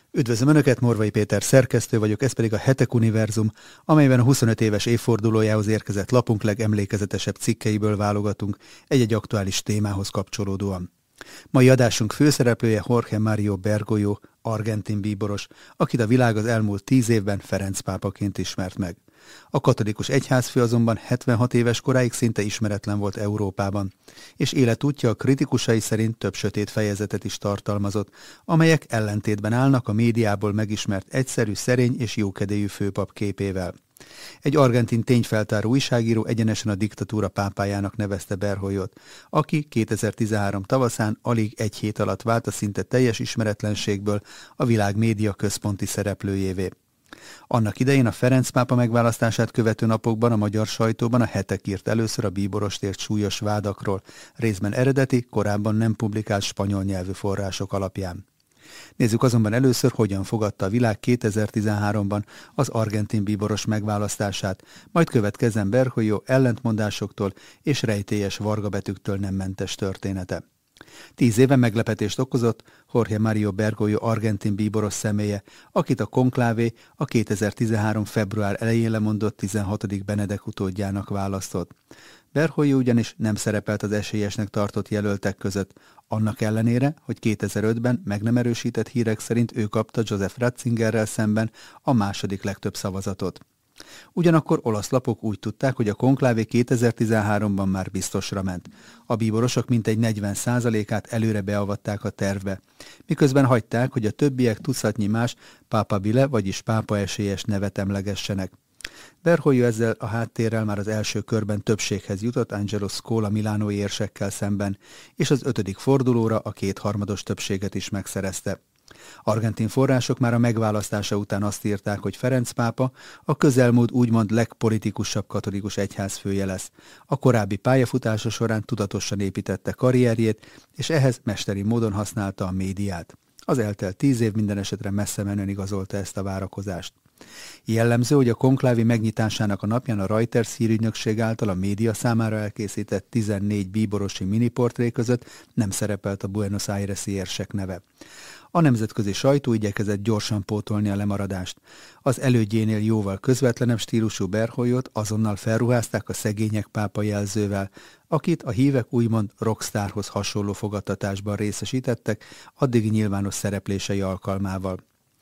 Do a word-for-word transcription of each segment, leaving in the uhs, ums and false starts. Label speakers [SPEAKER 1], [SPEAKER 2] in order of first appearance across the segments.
[SPEAKER 1] Üdvözlöm Önöket, Morvai Péter szerkesztő vagyok, ez pedig a Hetek Univerzum, amelyben a huszonöt éves évfordulójához érkezett lapunk legemlékezetesebb cikkeiből válogatunk egy-egy aktuális témához kapcsolódóan. Mai adásunk főszereplője Jorge Mario Bergoglio, argentin bíboros, akit a világ az elmúlt tíz évben Ferenc pápaként ismert meg. A katolikus egyházfő azonban hetvenhat éves koráig szinte ismeretlen volt Európában, és életútja a kritikusai szerint több sötét fejezetet is tartalmazott, amelyek ellentétben állnak a médiából megismert egyszerű, szerény és jókedélyű főpap képével. Egy argentin tényfeltáró újságíró egyenesen a diktatúra pápájának nevezte Bergogliót, aki kétezer-tizenhárom tavaszán alig egy hét alatt vált a szinte teljes ismeretlenségből a világ média központi szereplőjévé. Annak idején a Ferenc pápa megválasztását követő napokban a magyar sajtóban a Hetek írt először a bíborost ért súlyos vádakról, részben eredeti, korábban nem publikált spanyol nyelvű források alapján. Nézzük azonban először, hogyan fogadta a világ kétezer-tizenháromban az argentin bíboros megválasztását, majd következzen Bergoglio ellentmondásoktól és rejtélyes vargabetűktől nem mentes története. Tíz éve meglepetést okozott Jorge Mario Bergoglio argentin bíboros személye, akit a konklávé a kétezer-tizenhárom február elején lemondott tizenhatodik Benedek utódjának választott. Bergoglio ugyanis nem szerepelt az esélyesnek tartott jelöltek között, annak ellenére, hogy kétezer-ötben meg nem erősített hírek szerint ő kapta Joseph Ratzingerrel szemben a második legtöbb szavazatot. Ugyanakkor olasz lapok úgy tudták, hogy a konklávé kétezer-tizenháromban már biztosra ment. A bíborosok mintegy negyven százalékát előre beavatták a tervbe, miközben hagyták, hogy a többiek tucatnyi más papabile, vagyis pápa esélyes nevet emlegessenek. Bergoglio ezzel a háttérrel már az első körben többséghez jutott Angelo Scola milánói érsekkel szemben, és az ötödik fordulóra a kétharmados többséget is megszerezte. Argentin források már a megválasztása után azt írták, hogy Ferenc pápa a közelmúlt úgymond legpolitikusabb katolikus egyházfője lesz. A korábbi pályafutása során tudatosan építette karrierjét, és ehhez mesteri módon használta a médiát. Az eltelt tíz év minden esetre messze menően igazolta ezt a várakozást. Jellemző, hogy a konklávi megnyitásának a napján a Reuters hírügynökség által a média számára elkészített tizennégy bíborosi miniportré között nem szerepelt a Buenos Aires-i érsek neve. A nemzetközi sajtó igyekezett gyorsan pótolni a lemaradást. Az elődjénél jóval közvetlenebb stílusú Bergogliót azonnal felruházták a szegények pápa jelzővel, akit a hívek úgymond rockstárhoz hasonló fogadtatásban részesítettek addigi nyilvános szereplései alkalmával.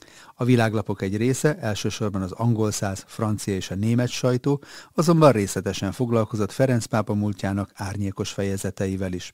[SPEAKER 1] A világlapok egy része, elsősorban az angolszász, francia és a német sajtó, azonban részletesen foglalkozott Ferenc pápa múltjának árnyékos fejezeteivel is.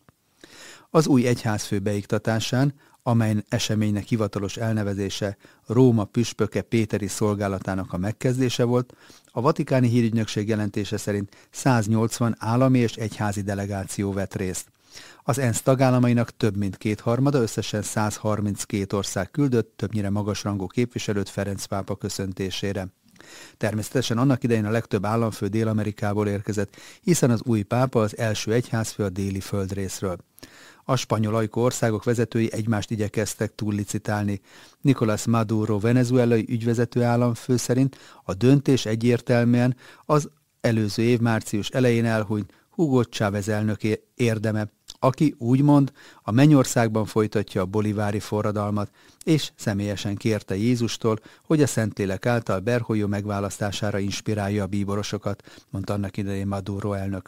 [SPEAKER 1] Az új egyházfő beiktatásán, amely eseménynek hivatalos elnevezése Róma püspöke Péteri szolgálatának a megkezdése volt, a vatikáni hírügynökség jelentése szerint száznyolcvan állami és egyházi delegáció vett részt. Az ENSZ tagállamainak több mint kétharmada, összesen száz harminckét ország küldött többnyire magasrangú képviselőt Ferenc pápa köszöntésére. Természetesen annak idején a legtöbb államfő Dél-Amerikából érkezett, hiszen az új pápa az első egyházfő a déli földrészről. A spanyol ajkú országok vezetői egymást igyekeztek túllicitálni. Nicolás Maduro venezuelai ügyvezető államfő szerint a döntés egyértelműen az előző év március elején elhunyt Hugo Chávez elnök érdeme, aki úgymond a mennyországban folytatja a bolivári forradalmat, és személyesen kérte Jézustól, hogy a Szentlélek által Bergoglio megválasztására inspirálja a bíborosokat, mondta annak idején Maduro elnök.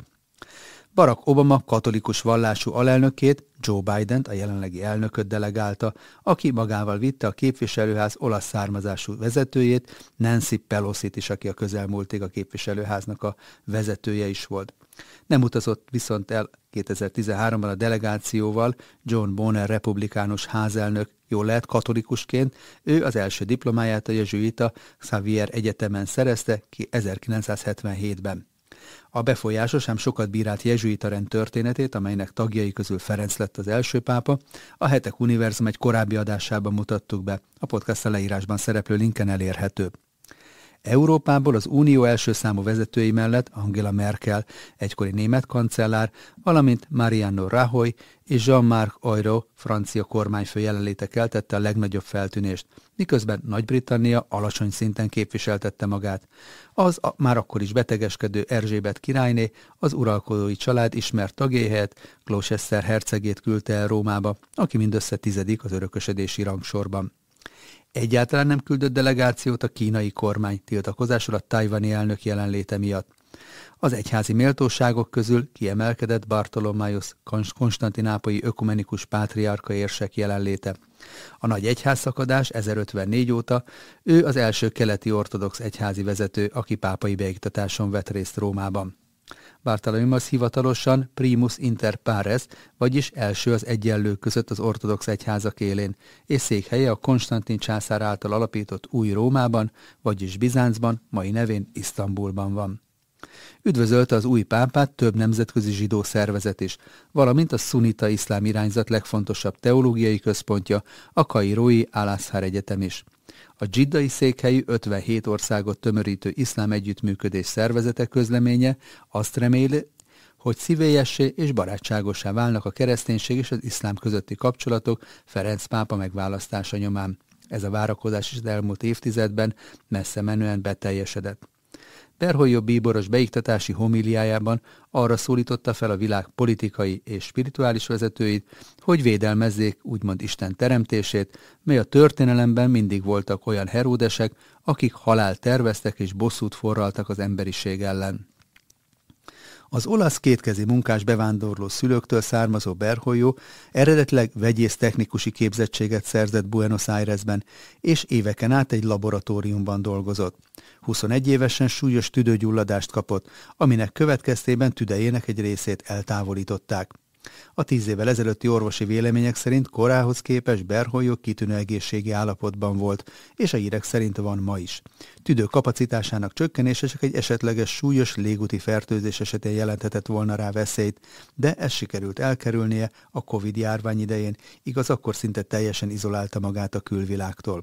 [SPEAKER 1] Barack Obama katolikus vallású alelnökét, Joe Bident, a jelenlegi elnököt delegálta, aki magával vitte a képviselőház olasz származású vezetőjét, Nancy Pelosit is, aki a közelmúltig a képviselőháznak a vezetője is volt. Nem utazott viszont el kétezer-tizenháromban a delegációval John Bonner republikánus házelnök, jól lehet katolikusként, ő az első diplomáját a jezsuita Xavier Egyetemen szerezte ki ezerkilencszázhetvenhétben. A befolyásos, ám sokat bírált jezsuita rend történetét, amelynek tagjai közül Ferenc lett az első pápa, a Hetek Univerzum egy korábbi adásában mutattuk be, a podcast a leírásban szereplő linken elérhető. Európából az Unió első számú vezetői mellett Angela Merkel, egykori német kancellár, valamint Mariano Rajoy és Jean-Marc Ayrault francia kormányfő jelenléte keltette a legnagyobb feltűnést, miközben Nagy-Britannia alacsony szinten képviseltette magát. Az a, már akkor is betegeskedő Erzsébet királyné az uralkodói család ismert tagjai helyett Gloucester hercegét küldte el Rómába, aki mindössze tizedik az örökösödési rangsorban. Egyáltalán nem küldött delegációt a kínai kormány tiltakozásról a tajvani elnök jelenléte miatt. Az egyházi méltóságok közül kiemelkedett Bartolomáus konstantinápolyi ökumenikus pátriárka érsek jelenléte. A nagy egyházszakadás ezerötvennégy óta ő az első keleti ortodox egyházi vezető, aki pápai beiktatáson vett részt Rómában. Bartolomáus hivatalosan primus inter pares, vagyis első az egyenlő között az ortodox egyházak élén, és székhelye a Konstantin császár által alapított új Rómában, vagyis Bizáncban, mai nevén Isztambulban van. Üdvözölte az új pápát több nemzetközi zsidó szervezet is, valamint a szunita iszlám irányzat legfontosabb teológiai központja, a kairói Al-Azhar Egyetem is. A dzsiddai székhelyű ötvenhét országot tömörítő iszlám együttműködés szervezete közleménye azt reméli, hogy szívélyessé és barátságossá válnak a kereszténység és az iszlám közötti kapcsolatok Ferenc pápa megválasztása nyomán. Ez a várakozás is az elmúlt évtizedben messze menően beteljesedett. Bergoglio bíboros beiktatási homíliájában arra szólította fel a világ politikai és spirituális vezetőit, hogy védelmezzék úgymond Isten teremtését, mely a történelemben mindig voltak olyan heródesek, akik halált terveztek és bosszút forraltak az emberiség ellen. Az olasz kétkezi munkás bevándorló szülőktől származó Bergoglio eredetileg vegyész-technikusi képzettséget szerzett Buenos Airesben, és éveken át egy laboratóriumban dolgozott. huszonegy évesen súlyos tüdőgyulladást kapott, aminek következtében tüdejének egy részét eltávolították. A tíz évvel ezelőtti orvosi vélemények szerint korához képest Bergoglio kitűnő egészségi állapotban volt, és a hírek szerint van ma is. Tüdő kapacitásának csökkenése csak egy esetleges súlyos légúti fertőzés esetén jelenthetett volna rá veszélyt, de ezt sikerült elkerülnie a Covid járvány idején, igaz, akkor szinte teljesen izolálta magát a külvilágtól.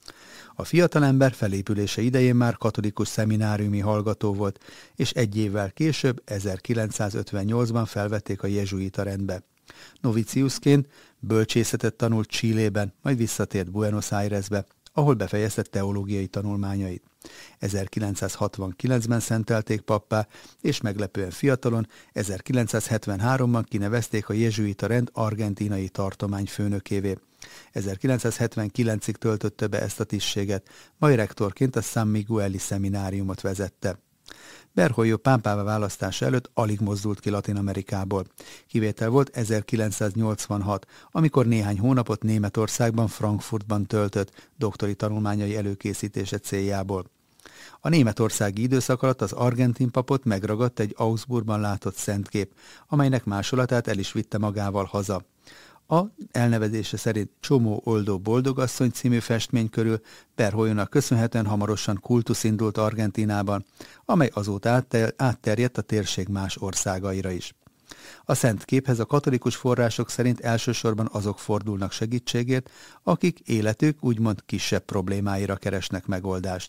[SPEAKER 1] A fiatalember felépülése idején már katolikus szemináriumi hallgató volt, és egy évvel később, ezerkilencszázötvennyolcban felvették a jezsuita rendbe. Noviciusként bölcsészetet tanult Chilében, majd visszatért Buenos Airesbe, ahol befejezte teológiai tanulmányait. ezerkilencszázhatvankilencben szentelték pappá, és meglepően fiatalon, ezerkilencszázhetvenháromban kinevezték a jezsuita rend argentínai tartomány főnökévé. ezerkilencszázhetvenkilencig töltötte be ezt a tisztséget, majd rektorként a San Migueli szemináriumot vezette. Bergoglio pápává választása előtt alig mozdult ki Latin-Amerikából. Kivétel volt ezerkilencszáznyolcvanhat, amikor néhány hónapot Németországban, Frankfurtban töltött doktori tanulmányai előkészítése céljából. A németországi időszak alatt az argentin papot megragadt egy Augsburgban látott szentkép, amelynek másolatát el is vitte magával haza. A elnevezése szerint Csomó oldó boldogasszony című festmény körül Bergoglionak köszönhetően hamarosan kultusz indult Argentínában, amely azóta átterjedt a térség más országaira is. A szent képhez a katolikus források szerint elsősorban azok fordulnak segítségért, akik életük úgymond kisebb problémáira keresnek megoldást.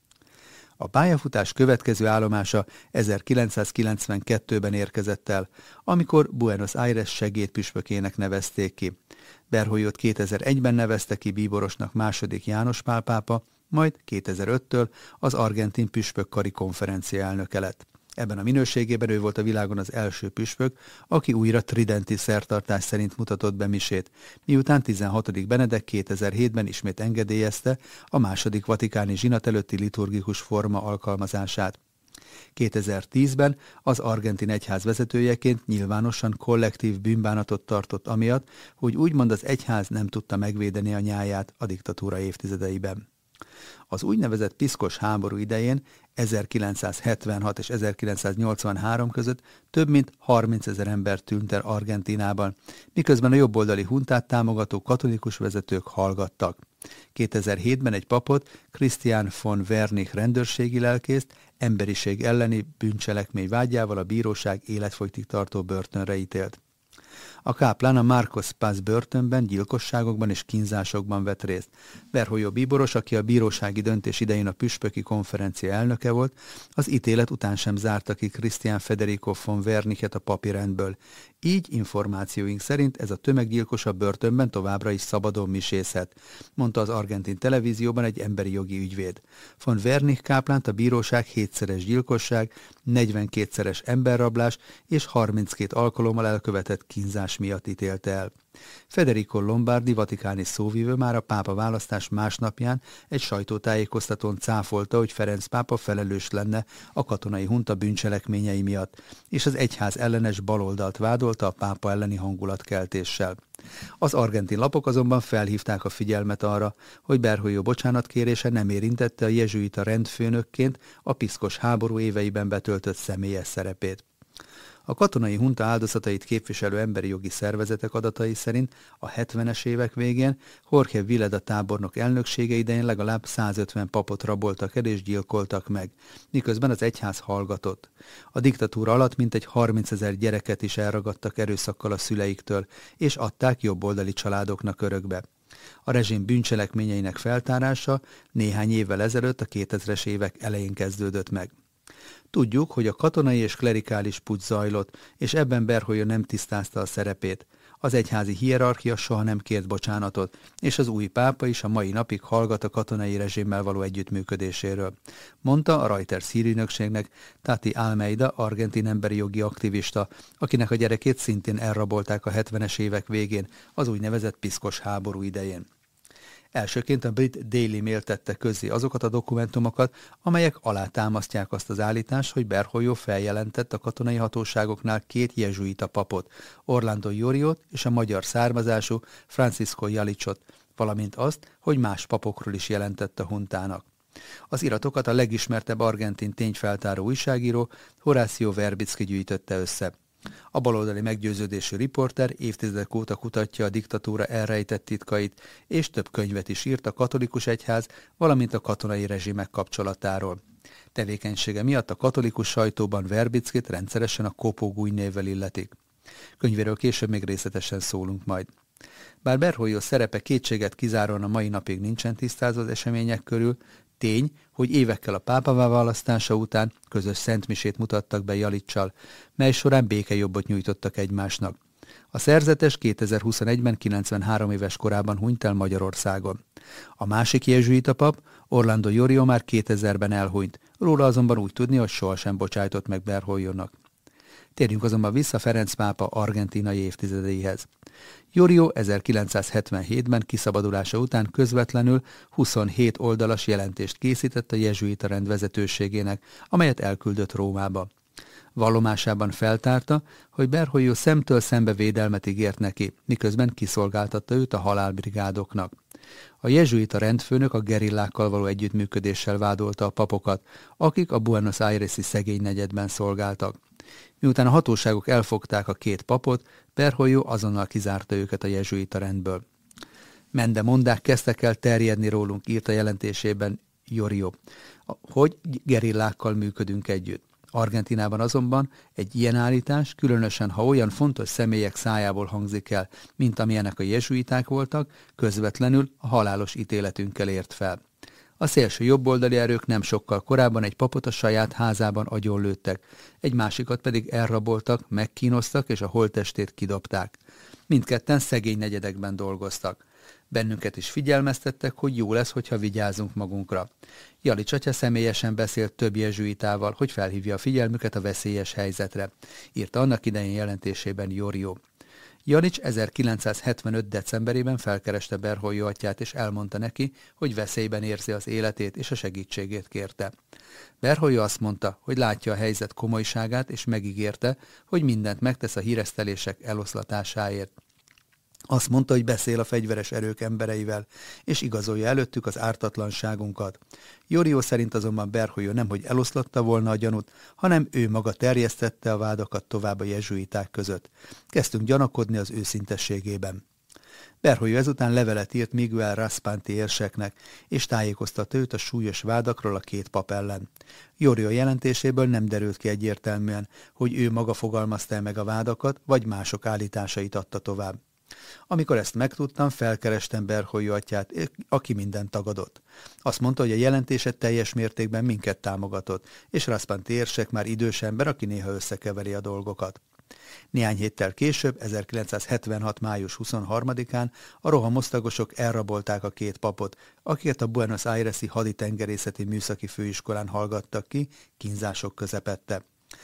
[SPEAKER 1] A pályafutás következő állomása ezerkilencszázkilencvenkettőben érkezett el, amikor Buenos Aires segédpüspökének nevezték ki. Bergogliót kétezer-egyben nevezte ki bíborosnak második János Pál pápa, majd kétezer-öttől az argentin püspökkari konferencia elnöke lett. Ebben a minőségében ő volt a világon az első püspök, aki újra tridenti szertartás szerint mutatott be misét, miután tizenhatodik Benedek kétezer-hétben ismét engedélyezte a második vatikáni zsinat előtti liturgikus forma alkalmazását. kétezer-tízben az argentin egyház vezetőjeként nyilvánosan kollektív bűnbánatot tartott amiatt, hogy úgymond az egyház nem tudta megvédeni a nyáját a diktatúra évtizedeiben. Az úgynevezett piszkos háború idején ezerkilencszázhetvenhat és ezerkilencszáznyolcvanhárom között több mint harmincezer ember tűnt el Argentínában, miközben a jobboldali huntát támogató katolikus vezetők hallgattak. kétezer-hétben egy papot, Christian von Wernich rendőrségi lelkészt emberiség elleni bűncselekmény vágyával a bíróság életfogytig tartó börtönre ítélt. A káplán a Marcos Paz börtönben, gyilkosságokban és kínzásokban vett részt. Bergoglio bíboros, aki a bírósági döntés idején a püspöki konferencia elnöke volt, az ítélet után sem zárta ki Christian Federico von Wernichet a papi rendből. Így információink szerint ez a tömeggyilkos a börtönben továbbra is szabadon misészhet, mondta az argentin televízióban egy emberi jogi ügyvéd. Von Wernich káplánt a bíróság hétszeres gyilkosság, negyvenkétszeres emberrablás és harminckét alkalommal elkövetett kínzás kínzás miatt ítélte el. Federico Lombardi vatikáni szóvivő már a pápa választás másnapján egy sajtótájékoztatón cáfolta, hogy Ferenc pápa felelős lenne a katonai hunta bűncselekményei miatt, és az egyház ellenes baloldalt vádolta a pápa elleni hangulatkeltéssel. Az argentin lapok azonban felhívták a figyelmet arra, hogy Bergoglio bocsánatkérése nem érintette a jezsuita rendfőnökként a piszkos háború éveiben betöltött személyes szerepét. A katonai hunta áldozatait képviselő emberi jogi szervezetek adatai szerint a hetvenes évek végén Jorge Vileda tábornok elnöksége idején legalább százötven papot raboltak el és gyilkoltak meg, miközben az egyház hallgatott. A diktatúra alatt mintegy harmincezer gyereket is elragadtak erőszakkal a szüleiktől, és adták jobboldali családoknak örökbe. A rezsim bűncselekményeinek feltárása néhány évvel ezelőtt a kétezres évek elején kezdődött meg. Tudjuk, hogy a katonai és klerikális puccs zajlott, és ebben Bergoglio nem tisztázta a szerepét. Az egyházi hierarchia soha nem kért bocsánatot, és az új pápa is a mai napig hallgat a katonai rezsimmel való együttműködéséről, mondta a Reuters hírügynökségnek Tati Almeida, argentin emberi jogi aktivista, akinek a gyerekét szintén elrabolták a hetvenes évek végén, az úgynevezett piszkos háború idején. Elsőként a brit Daily Mail tette közzé azokat a dokumentumokat, amelyek alátámasztják azt az állítást, hogy Bergoglio feljelentett a katonai hatóságoknál két jezsuita papot, Orlando Joriót és a magyar származású Francisco Jalicsot, valamint azt, hogy más papokról is jelentett a huntának. Az iratokat a legismertebb argentin tényfeltáró újságíró Horacio Verbitsky gyűjtötte össze. A baloldali meggyőződésű riporter évtizedek óta kutatja a diktatúra elrejtett titkait, és több könyvet is írt a katolikus egyház, valamint a katonai rezsimek kapcsolatáról. Tevékenysége miatt a katolikus sajtóban Verbitskit rendszeresen a kopógúj névvel illetik. Könyvéről később még részletesen szólunk majd. Bár Bergoglio szerepe kétséget kizáróan a mai napig nincsen tisztázva az események körül, tény, hogy évekkel a pápává választása után közös szentmisét mutattak be Jalicsal, mely során békejobbot nyújtottak egymásnak. A szerzetes kétezer-huszonegyben kilencvenhárom éves korában hunyt el Magyarországon. A másik jezsuita pap, Orlando Jorio már kétezerben elhunyt, róla azonban úgy tudni, hogy sohasem bocsájtott meg Bergoglionak. Térjünk azonban vissza Ferenc pápa argentinai évtizedeihez. Jorio ezerkilencszázhetvenhétben kiszabadulása után közvetlenül huszonhét oldalas jelentést készített a jezsuita rend vezetőségének, amelyet elküldött Rómába. Vallomásában feltárta, hogy Bergoglio szemtől szembe védelmet ígért neki, miközben kiszolgáltatta őt a halálbrigádoknak. A jezsuita rendfőnök a gerillákkal való együttműködéssel vádolta a papokat, akik a Buenos Aires-i szegény negyedben szolgáltak. Miután a hatóságok elfogták a két papot, Bergoglio azonnal kizárta őket a jezsuita rendből. Mendemondák kezdtek el terjedni rólunk, írta jelentésében Jorio, hogy gerillákkal működünk együtt. Argentinában azonban egy ilyen állítás, különösen ha olyan fontos személyek szájából hangzik el, mint amilyenek a jezsuiták voltak, közvetlenül a halálos ítéletünkkel ért fel. A szélső jobboldali erők nem sokkal korábban egy papot a saját házában agyonlőttek, egy másikat pedig elraboltak, megkínoztak és a holttestét kidobták. Mindketten szegény negyedekben dolgoztak. Bennünket is figyelmeztettek, hogy jó lesz, hogyha vigyázunk magunkra. Jalics atya személyesen beszélt több jezsuitával, hogy felhívja a figyelmüket a veszélyes helyzetre, írta annak idején jelentésében Jorio. Jalics ezerkilencszázhetvenöt decemberében felkereste Bergoglio atyát, és elmondta neki, hogy veszélyben érzi az életét, és a segítségét kérte. Bergoglio azt mondta, hogy látja a helyzet komolyságát, és megígérte, hogy mindent megtesz a híresztelések eloszlatásáért. Azt mondta, hogy beszél a fegyveres erők embereivel, és igazolja előttük az ártatlanságunkat. Jorio szerint azonban Bergoglio nemhogy eloszlatta volna a gyanút, hanem ő maga terjesztette a vádakat tovább a jezsuiták között. Kezdtünk gyanakodni az őszintességében. Bergoglio ezután levelet írt Miguel Raspanti érseknek, és tájékoztatta őt a súlyos vádakról a két pap ellen. Jorio jelentéséből nem derült ki egyértelműen, hogy ő maga fogalmazta meg a vádakat, vagy mások állításait adta tovább. Amikor ezt megtudtam, felkerestem Bergoglio atyát, aki mindent tagadott. Azt mondta, hogy a jelentése teljes mértékben minket támogatott, és Raspanti érsek már idős ember, aki néha összekeveri a dolgokat. Néhány héttel később, ezerkilencszázhetvenhat május huszonharmadikán a rohamosztagosok elrabolták a két papot, akiket a Buenos Aires-i haditengerészeti műszaki főiskolán hallgattak ki, kínzások közepette.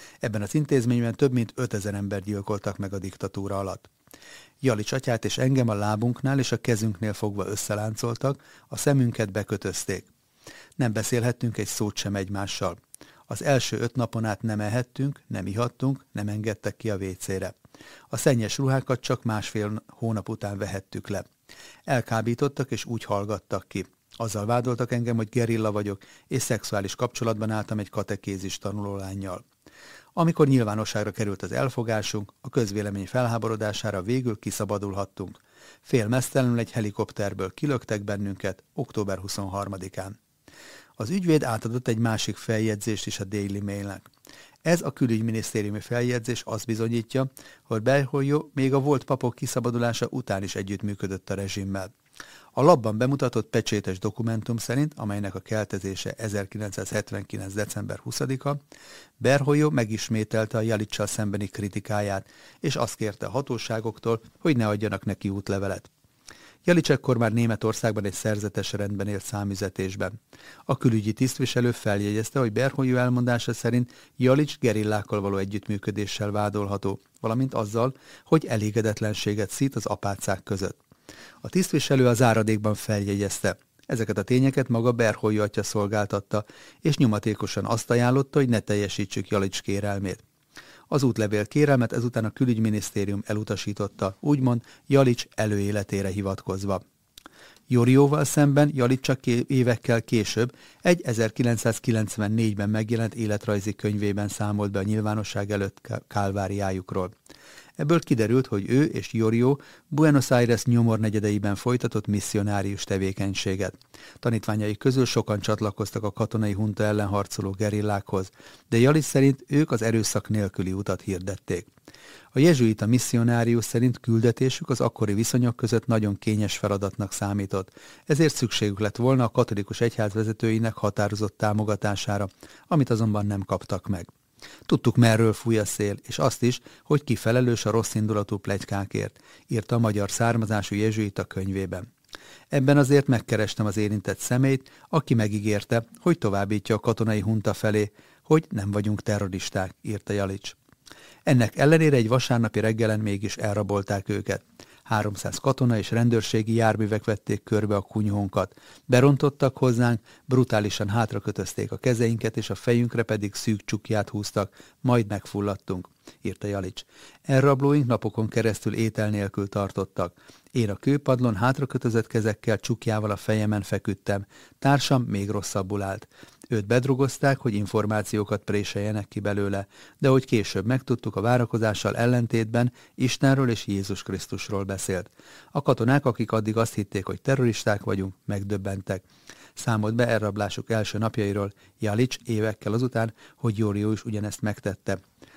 [SPEAKER 1] Ebben az intézményben több mint ötezer ember gyilkoltak meg a diktatúra alatt. Jalics atyát és engem a lábunknál és a kezünknél fogva összeláncoltak, a szemünket bekötözték. Nem beszélhettünk egy szót sem egymással. Az első öt napon át nem ehettünk, nem ihattunk, nem engedtek ki a vécére. A szennyes ruhákat csak másfél hónap után vehettük le. Elkábítottak és úgy hallgattak ki. Azzal vádoltak engem, hogy gerilla vagyok, és szexuális kapcsolatban álltam egy katekézis tanulólánnyal. Amikor nyilvánosságra került az elfogásunk, a közvélemény felháborodására végül kiszabadulhattunk. Félmeztelenül egy helikopterből kilöktek bennünket október huszonharmadikán. Az ügyvéd átadott egy másik feljegyzést is a Daily Mailnek. Ez a külügyminisztériumi feljegyzés azt bizonyítja, hogy Bergoglio még a volt papok kiszabadulása után is együttműködött a rezsimmel. A labban bemutatott pecsétes dokumentum szerint, amelynek a keltezése ezerkilencszázhetvenkilenc. december huszadika, Bergoglio megismételte a Jalicsal szembeni kritikáját, és azt kérte a hatóságoktól, hogy ne adjanak neki útlevelet. Jalics ekkor már Németországban egy szerzetes rendben élt számüzetésben. A külügyi tisztviselő feljegyezte, hogy Bergoglio elmondása szerint Jalics gerillákkal való együttműködéssel vádolható, valamint azzal, hogy elégedetlenséget szít az apácák között. A tisztviselő a záradékban feljegyezte. Ezeket a tényeket maga Bergoglio atya szolgáltatta, és nyomatékosan azt ajánlotta, hogy ne teljesítsük Jalics kérelmét. Az útlevél kérelmet ezután a külügyminisztérium elutasította, úgymond Jalics előéletére hivatkozva. Jorióval szemben Jalics csak évekkel később egy ezerkilencszázkilencvennégyben megjelent életrajzi könyvében számolt be a nyilvánosság előtt kálváriájukról. Ebből kiderült, hogy ő és Jorió Buenos Aires nyomornegyedeiben folytatott misszionárius tevékenységet. Tanítványai közül sokan csatlakoztak a katonai hunta ellen harcoló gerillákhoz, de Jalics szerint ők az erőszak nélküli utat hirdették. A jezsuita misszionárius szerint küldetésük az akkori viszonyok között nagyon kényes feladatnak számított, ezért szükségük lett volna a katolikus egyház vezetőinek határozott támogatására, amit azonban nem kaptak meg. Tudtuk, merről fúj a szél, és azt is, hogy ki felelős a rosszindulatú pletykákért, írta a magyar származású jezsuita könyvében. Ebben azért megkerestem az érintett személyt, aki megígérte, hogy továbbítja a katonai hunta felé, hogy nem vagyunk terroristák, írta Jalics. Ennek ellenére egy vasárnapi reggelen mégis elrabolták őket. háromszáz katona és rendőrségi járművek vették körbe a kunyhónkat. Berontottak hozzánk, brutálisan hátrakötözték a kezeinket, és a fejünkre pedig szűk csukját húztak, majd megfulladtunk, írta Jalics. Elrablóink napokon keresztül étel nélkül tartottak. Én a kőpadlon hátrakötözött kezekkel csukjával a fejemen feküdtem. Társam még rosszabbul állt. Őt bedrogozták, hogy információkat préseljenek ki belőle, de hogy később megtudtuk, a várakozással ellentétben Istenről és Jézus Krisztusról beszélt. A katonák, akik addig azt hitték, hogy terroristák vagyunk, megdöbbentek. Számolt be elrablásuk első napjairól Jalics évekkel azután, hogy Jorió is ugyanezt megtette.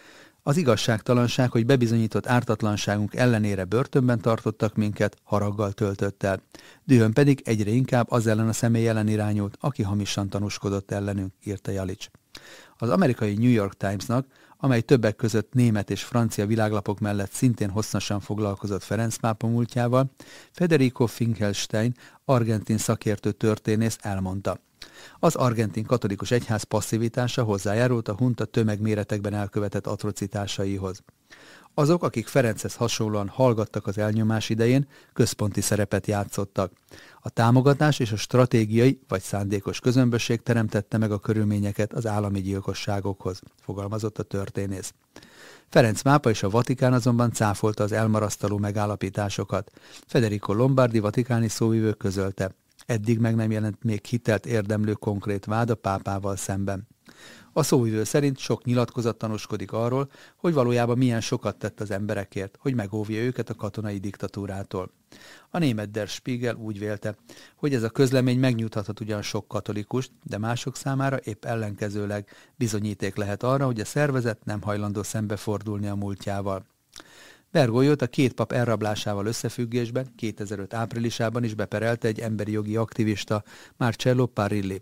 [SPEAKER 1] Az igazságtalanság, hogy bebizonyított ártatlanságunk ellenére börtönben tartottak minket, haraggal töltött el. Dühön pedig egyre inkább az ellen a személy ellen irányult, aki hamisan tanúskodott ellenünk, írta Jalics. Az amerikai New York Timesnak, amely többek között német és francia világlapok mellett szintén hosszasan foglalkozott Ferenc pápa múltjával, Federico Finkelstein, argentin szakértő történész elmondta: az argentin katolikus egyház passzivitása hozzájárult a hunta tömegméretekben elkövetett atrocitásaihoz. Azok, akik Ferenchez hasonlóan hallgattak az elnyomás idején, központi szerepet játszottak. A támogatás és a stratégiai vagy szándékos közömbösség teremtette meg a körülményeket az állami gyilkosságokhoz, fogalmazott a történész. Ferenc pápa és a Vatikán azonban cáfolta az elmarasztaló megállapításokat. Federico Lombardi vatikáni szóvivő közölte: eddig meg nem jelent még hitelt érdemlő konkrét vád a pápával szemben. A szóvivő szerint sok nyilatkozat tanúskodik arról, hogy valójában milyen sokat tett az emberekért, hogy megóvja őket a katonai diktatúrától. A német Der Spiegel úgy vélte, hogy ez a közlemény megnyugtathat ugyan sok katolikus, de mások számára épp ellenkezőleg bizonyíték lehet arra, hogy a szervezet nem hajlandó szembefordulni a múltjával. Bergogliót a két pap elrablásával összefüggésben kétezer-öt áprilisában is beperelte egy emberi jogi aktivista, Marcello Parilli.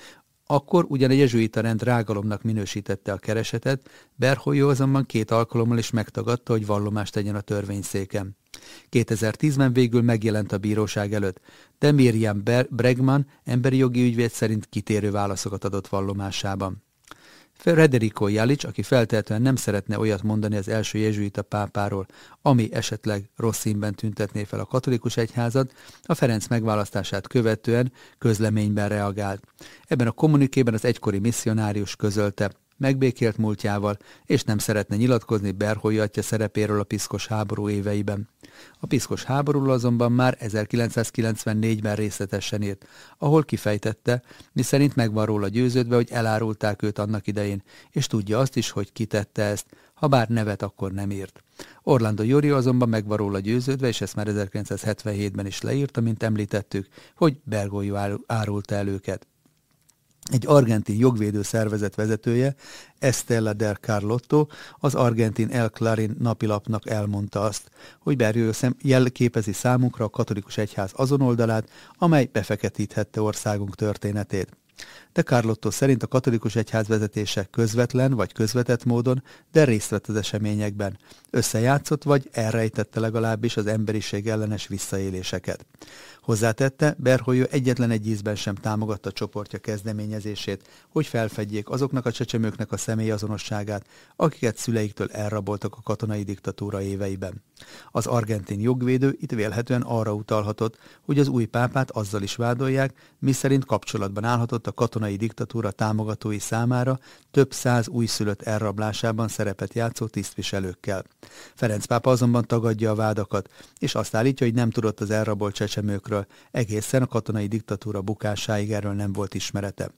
[SPEAKER 1] Akkor ugyan a jezsuita rend rágalomnak minősítette a keresetet, Bergoglio azonban két alkalommal is megtagadta, hogy vallomást tegyen a törvényszéken. kétezer-tízben végül megjelent a bíróság előtt, de Miriam Bregman emberi jogi ügyvéd szerint kitérő válaszokat adott vallomásában. Federico Jalics, aki feltehetően nem szeretne olyat mondani az első jezsuita pápáról, ami esetleg rossz színben tüntetné fel a katolikus egyházat, a Ferenc megválasztását követően közleményben reagált. Ebben a kommunikében az egykori misszionárius közölte, megbékélt múltjával, és nem szeretne nyilatkozni Bergoglio atya szerepéről a piszkos háború éveiben. A piszkos háborúról azonban már ezerkilencszázkilencvennégyben részletesen írt, ahol kifejtette, miszerint meg van róla győződve, hogy elárulták őt annak idején, és tudja azt is, hogy kitette ezt, ha bár nevet akkor nem írt. Orlando Jorio azonban meg van róla győződve, és ezt már ezerkilencszázhetvenhétben is leírta, mint említettük, hogy Bergoglio árulta el őket. Egy argentin jogvédő szervezet vezetője, Estela del Carlotto, az argentin El Clarín napilapnak elmondta azt, hogy Bergoglio jelképezi számunkra a katolikus egyház azon oldalát, amely befeketíthette országunk történetét. De Carlotto szerint a katolikus egyház vezetése közvetlen vagy közvetett módon, de részt vett az eseményekben. Összejátszott vagy elrejtette legalábbis az emberiség ellenes visszaéléseket. Hozzátette, Bergoglio egyetlen egy ízben sem támogatta csoportja kezdeményezését, hogy felfedjék azoknak a csecsemőknek a személyazonosságát, akiket szüleiktől elraboltak a katonai diktatúra éveiben. Az argentin jogvédő itt vélhetően arra utalhatott, hogy az új pápát azzal is vádolják, miszerint kapcsolatban állhatott a katonai diktatúra támogatói számára több száz újszülött elrablásában szerepet játszó tisztviselőkkel. Ferenc pápa azonban tagadja a vádakat, és azt állítja, hogy nem tudott az elrabolt csecsemőkről, egészen a katonai diktatúra bukásáig erről nem volt ismerete.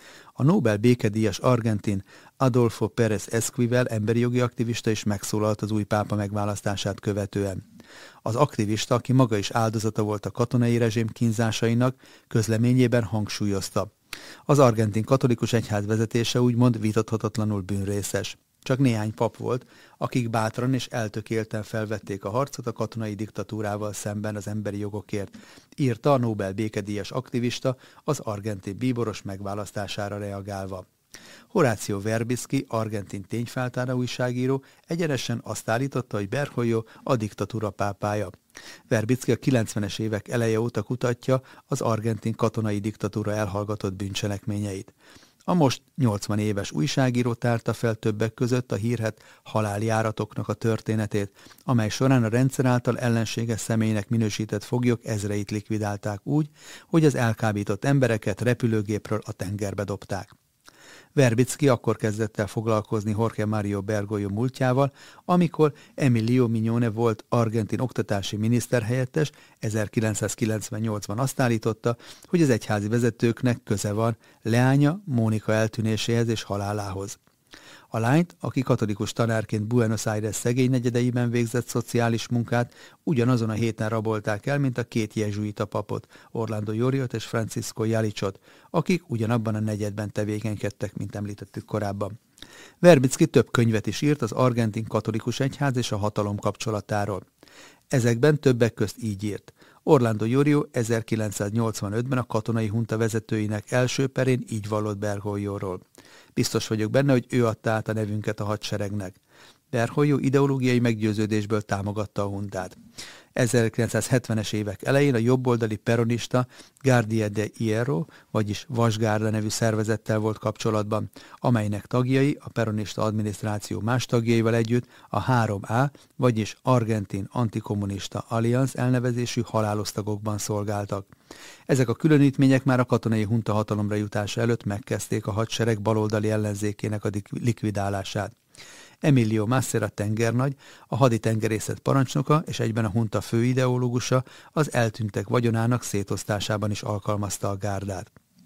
[SPEAKER 1] A Nobel békedíjas argentin Adolfo Pérez Esquivel emberi jogi aktivista is megszólalt az új pápa megválasztását követően. Az aktivista, aki maga is áldozata volt a katonai rezsim kínzásainak, közleményében hangsúlyozta. Az argentin katolikus egyház vezetése úgymond vitathatatlanul bűnrészes. Csak néhány pap volt, akik bátran és eltökélten felvették a harcot a katonai diktatúrával szemben az emberi jogokért, írta a Nobel békedíjas aktivista az argentin bíboros megválasztására reagálva. Horácio Verbitsky, argentin tényfeltáró újságíró, egyenesen azt állította, hogy Bergoglio a diktatúra pápája. Verbitsky a kilencvenes évek eleje óta kutatja az argentin katonai diktatúra elhallgatott bűncselekményeit. A most nyolcvan éves újságíró tárta fel többek között a hírhedt haláljáratoknak a történetét, amely során a rendszer által ellenséges személynek minősített foglyok ezreit likvidálták úgy, hogy az elkábított embereket repülőgépről a tengerbe dobták. Verbitsky akkor kezdett el foglalkozni Jorge Mario Bergoglio múltjával, amikor Emilio Mignone volt argentin oktatási miniszterhelyettes ezerkilencszázkilencvennyolcban azt állította, hogy az egyházi vezetőknek köze van leánya Mónika eltűnéséhez és halálához. A lányt, aki katolikus tanárként Buenos Aires szegény negyedeiben végzett szociális munkát, ugyanazon a héten rabolták el, mint a két jezsuita papot, Orlando Joriot és Francisco Jalicsot, akik ugyanabban a negyedben tevékenykedtek, mint említettük korábban. Verbitsky több könyvet is írt az argentin katolikus egyház és a hatalom kapcsolatáról. Ezekben többek közt így írt. Orlando Jorio ezerkilencszáznyolcvanötben a katonai hunta vezetőinek első perén így vallott Bergoglióról. Biztos vagyok benne, hogy ő adta át a nevünket a hadseregnek. Bergoglio ideológiai meggyőződésből támogatta a huntát. ezerkilencszázhetvenes évek elején a jobboldali peronista Guardia de Hierro, vagyis Vasgárda nevű szervezettel volt kapcsolatban, amelynek tagjai a peronista adminisztráció más tagjaival együtt a három á, vagyis Argentin Antikommunista Alliance elnevezésű halálosztagokban szolgáltak. Ezek a különítmények már a katonai hunta hatalomra jutása előtt megkezdték a hadsereg baloldali ellenzékének a likvidálását. Emilio Massera tengernagy, a haditengerészet parancsnoka és egyben a hunta főideológusa az eltűntek vagyonának szétosztásában is alkalmazta a gárdát.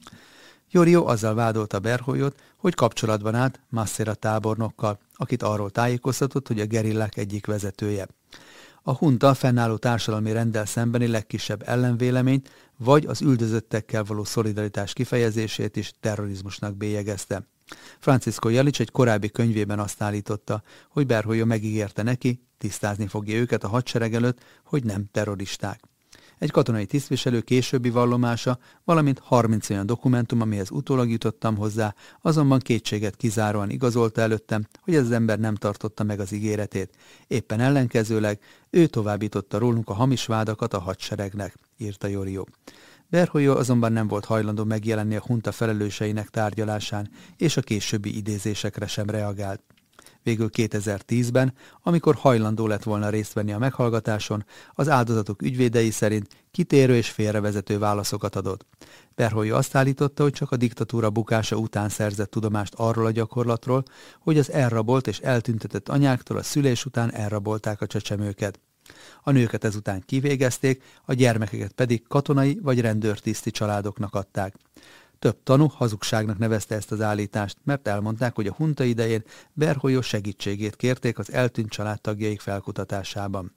[SPEAKER 1] Jorio azzal vádolta Bergogliót, hogy kapcsolatban állt Massera tábornokkal, akit arról tájékoztatott, hogy a gerillák egyik vezetője. A hunta fennálló társadalmi renddel szembeni legkisebb ellenvéleményt, vagy az üldözöttekkel való szolidaritás kifejezését is terrorizmusnak bélyegezte. Francisco Jalics egy korábbi könyvében azt állította, hogy Bergoglio megígérte neki, tisztázni fogja őket a hadsereg előtt, hogy nem terroristák. Egy katonai tisztviselő későbbi vallomása, valamint harminc olyan dokumentum, amihez utólag jutottam hozzá, azonban kétséget kizáróan igazolta előttem, hogy ez az ember nem tartotta meg az ígéretét. Éppen ellenkezőleg ő továbbította rólunk a hamis vádakat a hadseregnek, írta Jorio. Bergoglio azonban nem volt hajlandó megjelenni a hunta felelőseinek tárgyalásán, és a későbbi idézésekre sem reagált. Végül kétezer-tízben, amikor hajlandó lett volna részt venni a meghallgatáson, az áldozatok ügyvédei szerint kitérő és félrevezető válaszokat adott. Bergoglio azt állította, hogy csak a diktatúra bukása után szerzett tudomást arról a gyakorlatról, hogy az elrabolt és eltüntetett anyáktól a szülés után elrabolták a csecsemőket. A nőket ezután kivégezték, a gyermekeket pedig katonai vagy rendőrtiszti családoknak adták. Több tanú hazugságnak nevezte ezt az állítást, mert elmondták, hogy a hunta idején Bergoglio segítségét kérték az eltűnt családtagjaik felkutatásában.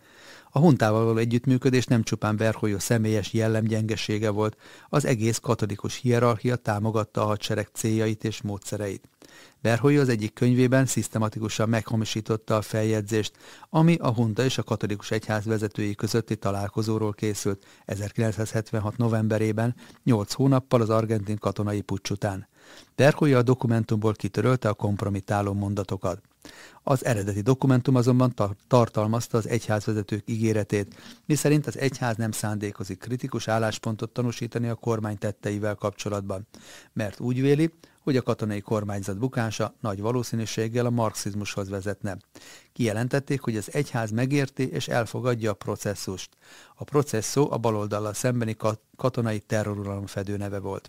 [SPEAKER 1] A huntával való együttműködés nem csupán Bergoglio személyes jellemgyengesége volt, az egész katolikus hierarchia támogatta a hadsereg céljait és módszereit. Bergoglio az egyik könyvében szisztematikusan meghamisította a feljegyzést, ami a hunta és a katolikus egyház vezetői közötti találkozóról készült ezerkilencszázhetvenhat novemberében, nyolc hónappal az argentin katonai puccs után. Bergoglio a dokumentumból kitörölte a kompromittáló mondatokat. Az eredeti dokumentum azonban tar- tartalmazta az egyházvezetők ígéretét, miszerint az egyház nem szándékozik kritikus álláspontot tanúsítani a kormány tetteivel kapcsolatban, mert úgy véli, hogy a katonai kormányzat bukása nagy valószínűséggel a marxizmushoz vezetne. Kijelentették, hogy az egyház megérti és elfogadja a processzust. A processzó a baloldallal szembeni katonai terroruralom fedőneve volt.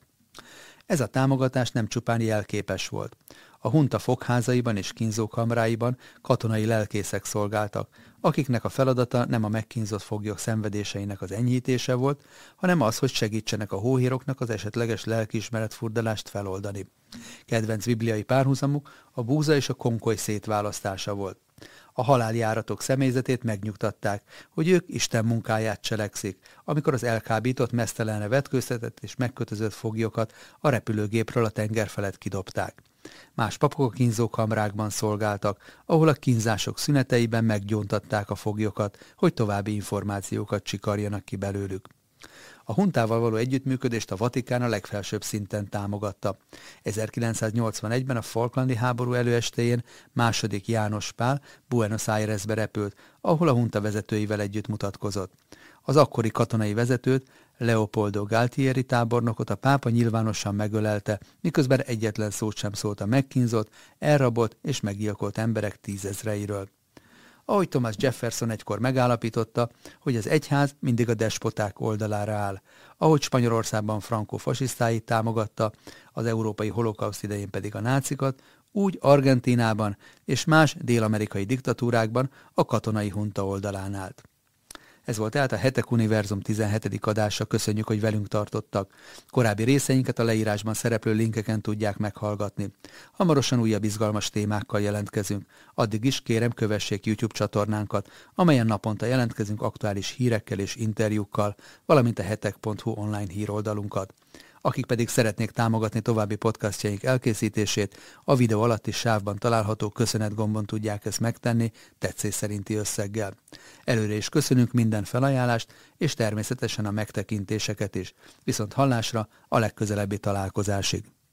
[SPEAKER 1] Ez a támogatás nem csupán jelképes volt. A hunta fogházaiban és kínzókamráiban katonai lelkészek szolgáltak, akiknek a feladata nem a megkínzott foglyok szenvedéseinek az enyhítése volt, hanem az, hogy segítsenek a hóhéroknak az esetleges lelkiismeretfurdalást feloldani. Kedvenc bibliai párhuzamuk a búza és a konkoly szétválasztása volt. A haláljáratok személyzetét megnyugtatták, hogy ők Isten munkáját cselekszik, amikor az elkábított, meztelenre vetkőztetett és megkötözött foglyokat a repülőgépről a tenger felett kidobták. Más papok a kínzókamrákban szolgáltak, ahol a kínzások szüneteiben meggyóntatták a foglyokat, hogy további információkat csikarjanak ki belőlük. A huntával való együttműködést a Vatikán a legfelsőbb szinten támogatta. ezerkilencszáznyolcvanegyben a Falklandi háború előestéjén második János Pál Buenos Airesbe repült, ahol a hunta vezetőivel együtt mutatkozott. Az akkori katonai vezetőt, Leopoldo Galtieri tábornokot a pápa nyilvánosan megölelte, miközben egyetlen szót sem szólt a megkínzott, elrabolt és meggyilkolt emberek tízezreiről. Ahogy Thomas Jefferson egykor megállapította, hogy az egyház mindig a despoták oldalára áll, ahogy Spanyolországban Franco fasisztáit támogatta, az európai holokauszt idején pedig a nácikat, úgy Argentínában és más dél-amerikai diktatúrákban a katonai hunta oldalán állt. Ez volt tehát a Hetek Univerzum tizenhetedik adása, köszönjük, hogy velünk tartottak. Korábbi részeinket a leírásban szereplő linkeken tudják meghallgatni. Hamarosan újabb izgalmas témákkal jelentkezünk. Addig is kérem, kövessék YouTube csatornánkat, amelyen naponta jelentkezünk aktuális hírekkel és interjúkkal, valamint a hetek pont hu online híroldalunkat. Akik pedig szeretnék támogatni további podcastjaink elkészítését, a videó alatti sávban található köszönetgombon tudják ezt megtenni tetszés szerinti összeggel. Előre is köszönünk minden felajánlást, és természetesen a megtekintéseket is. Viszont hallásra a legközelebbi találkozásig.